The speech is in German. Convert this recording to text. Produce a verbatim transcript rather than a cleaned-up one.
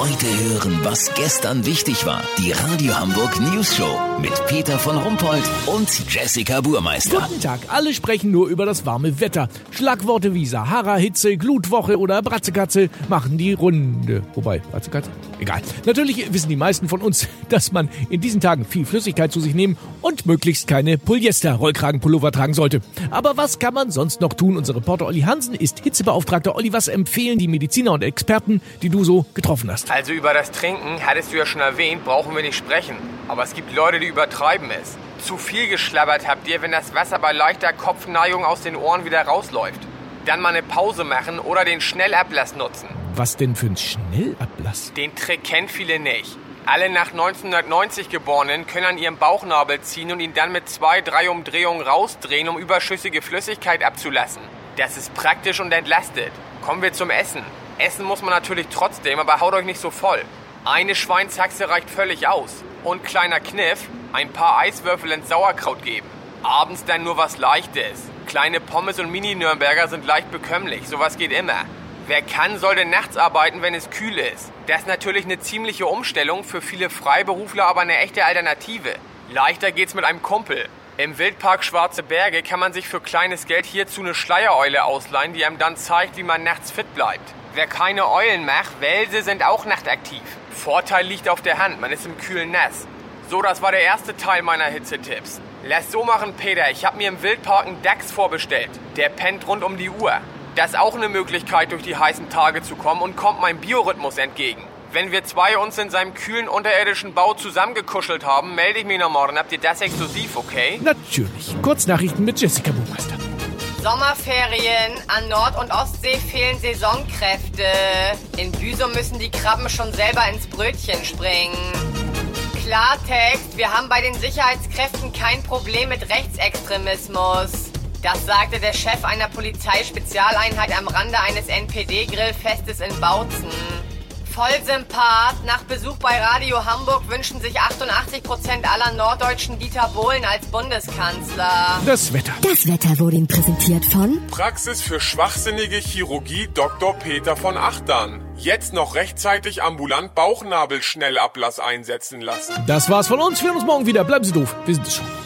Heute hören, was gestern wichtig war. Die Radio Hamburg News Show mit Peter von Rumpold und Jessica Burmeister. Guten Tag, alle sprechen nur über das warme Wetter. Schlagworte wie Sahara, Hitze, Glutwoche oder Bratzekatze machen die Runde. Wobei, Bratzekatze? Egal. Natürlich wissen die meisten von uns, dass man in diesen Tagen viel Flüssigkeit zu sich nehmen und möglichst keine Polyester-Rollkragenpullover tragen sollte. Aber was kann man sonst noch tun? Unser Reporter Olli Hansen ist Hitzebeauftragter. Olli, was empfehlen die Mediziner und Experten, die du so getroffen hast? Also über das Trinken, hattest du ja schon erwähnt, brauchen wir nicht sprechen. Aber es gibt Leute, die übertreiben es. Zu viel geschlabbert habt ihr, wenn das Wasser bei leichter Kopfneigung aus den Ohren wieder rausläuft. Dann mal eine Pause machen oder den Schnellablass nutzen. Was denn für ein Schnellablass? Den Trick kennen viele nicht. Alle nach neunzehnhundertneunzig Geborenen können an ihrem Bauchnabel ziehen und ihn dann mit zwei, drei Umdrehungen rausdrehen, um überschüssige Flüssigkeit abzulassen. Das ist praktisch und entlastet. Kommen wir zum Essen. Essen muss man natürlich trotzdem, aber haut euch nicht so voll. Eine Schweinshaxe reicht völlig aus. Und kleiner Kniff, ein paar Eiswürfel ins Sauerkraut geben. Abends dann nur was Leichtes. Kleine Pommes und Mini-Nürnberger sind leicht bekömmlich, sowas geht immer. Wer kann, sollte nachts arbeiten, wenn es kühl ist. Das ist natürlich eine ziemliche Umstellung, für viele Freiberufler aber eine echte Alternative. Leichter geht's mit einem Kumpel. Im Wildpark Schwarze Berge kann man sich für kleines Geld hierzu eine Schleiereule ausleihen, die einem dann zeigt, wie man nachts fit bleibt. Wer keine Eulen macht, Welse sind auch nachtaktiv. Vorteil liegt auf der Hand, man ist im Kühlen nass. So, das war der erste Teil meiner Hitzetipps. Lass so machen, Peter, ich habe mir im Wildpark einen Dachs vorbestellt. Der pennt rund um die Uhr. Das ist auch eine Möglichkeit, durch die heißen Tage zu kommen und kommt meinem Biorhythmus entgegen. Wenn wir zwei uns in seinem kühlen unterirdischen Bau zusammengekuschelt haben, melde ich mich noch morgen. Habt ihr das exklusiv, okay? Natürlich. Kurznachrichten mit Jessica Burmeister. Sommerferien. An Nord- und Ostsee fehlen Saisonkräfte. In Büsum müssen die Krabben schon selber ins Brötchen springen. Klartext, wir haben bei den Sicherheitskräften kein Problem mit Rechtsextremismus. Das sagte der Chef einer Polizeispezialeinheit am Rande eines N P D-Grillfestes in Bautzen. Voll Sympath. Nach Besuch bei Radio Hamburg wünschen sich achtundachtzig Prozent aller Norddeutschen Dieter Bohlen als Bundeskanzler. Das Wetter. Das Wetter wurde Ihnen präsentiert von Praxis für schwachsinnige Chirurgie Doktor Peter von Achtern. Jetzt noch rechtzeitig ambulant Bauchnabelschnellablass einsetzen lassen. Das war's von uns. Wir hören uns morgen wieder. Bleiben Sie doof. Wir sind es schon.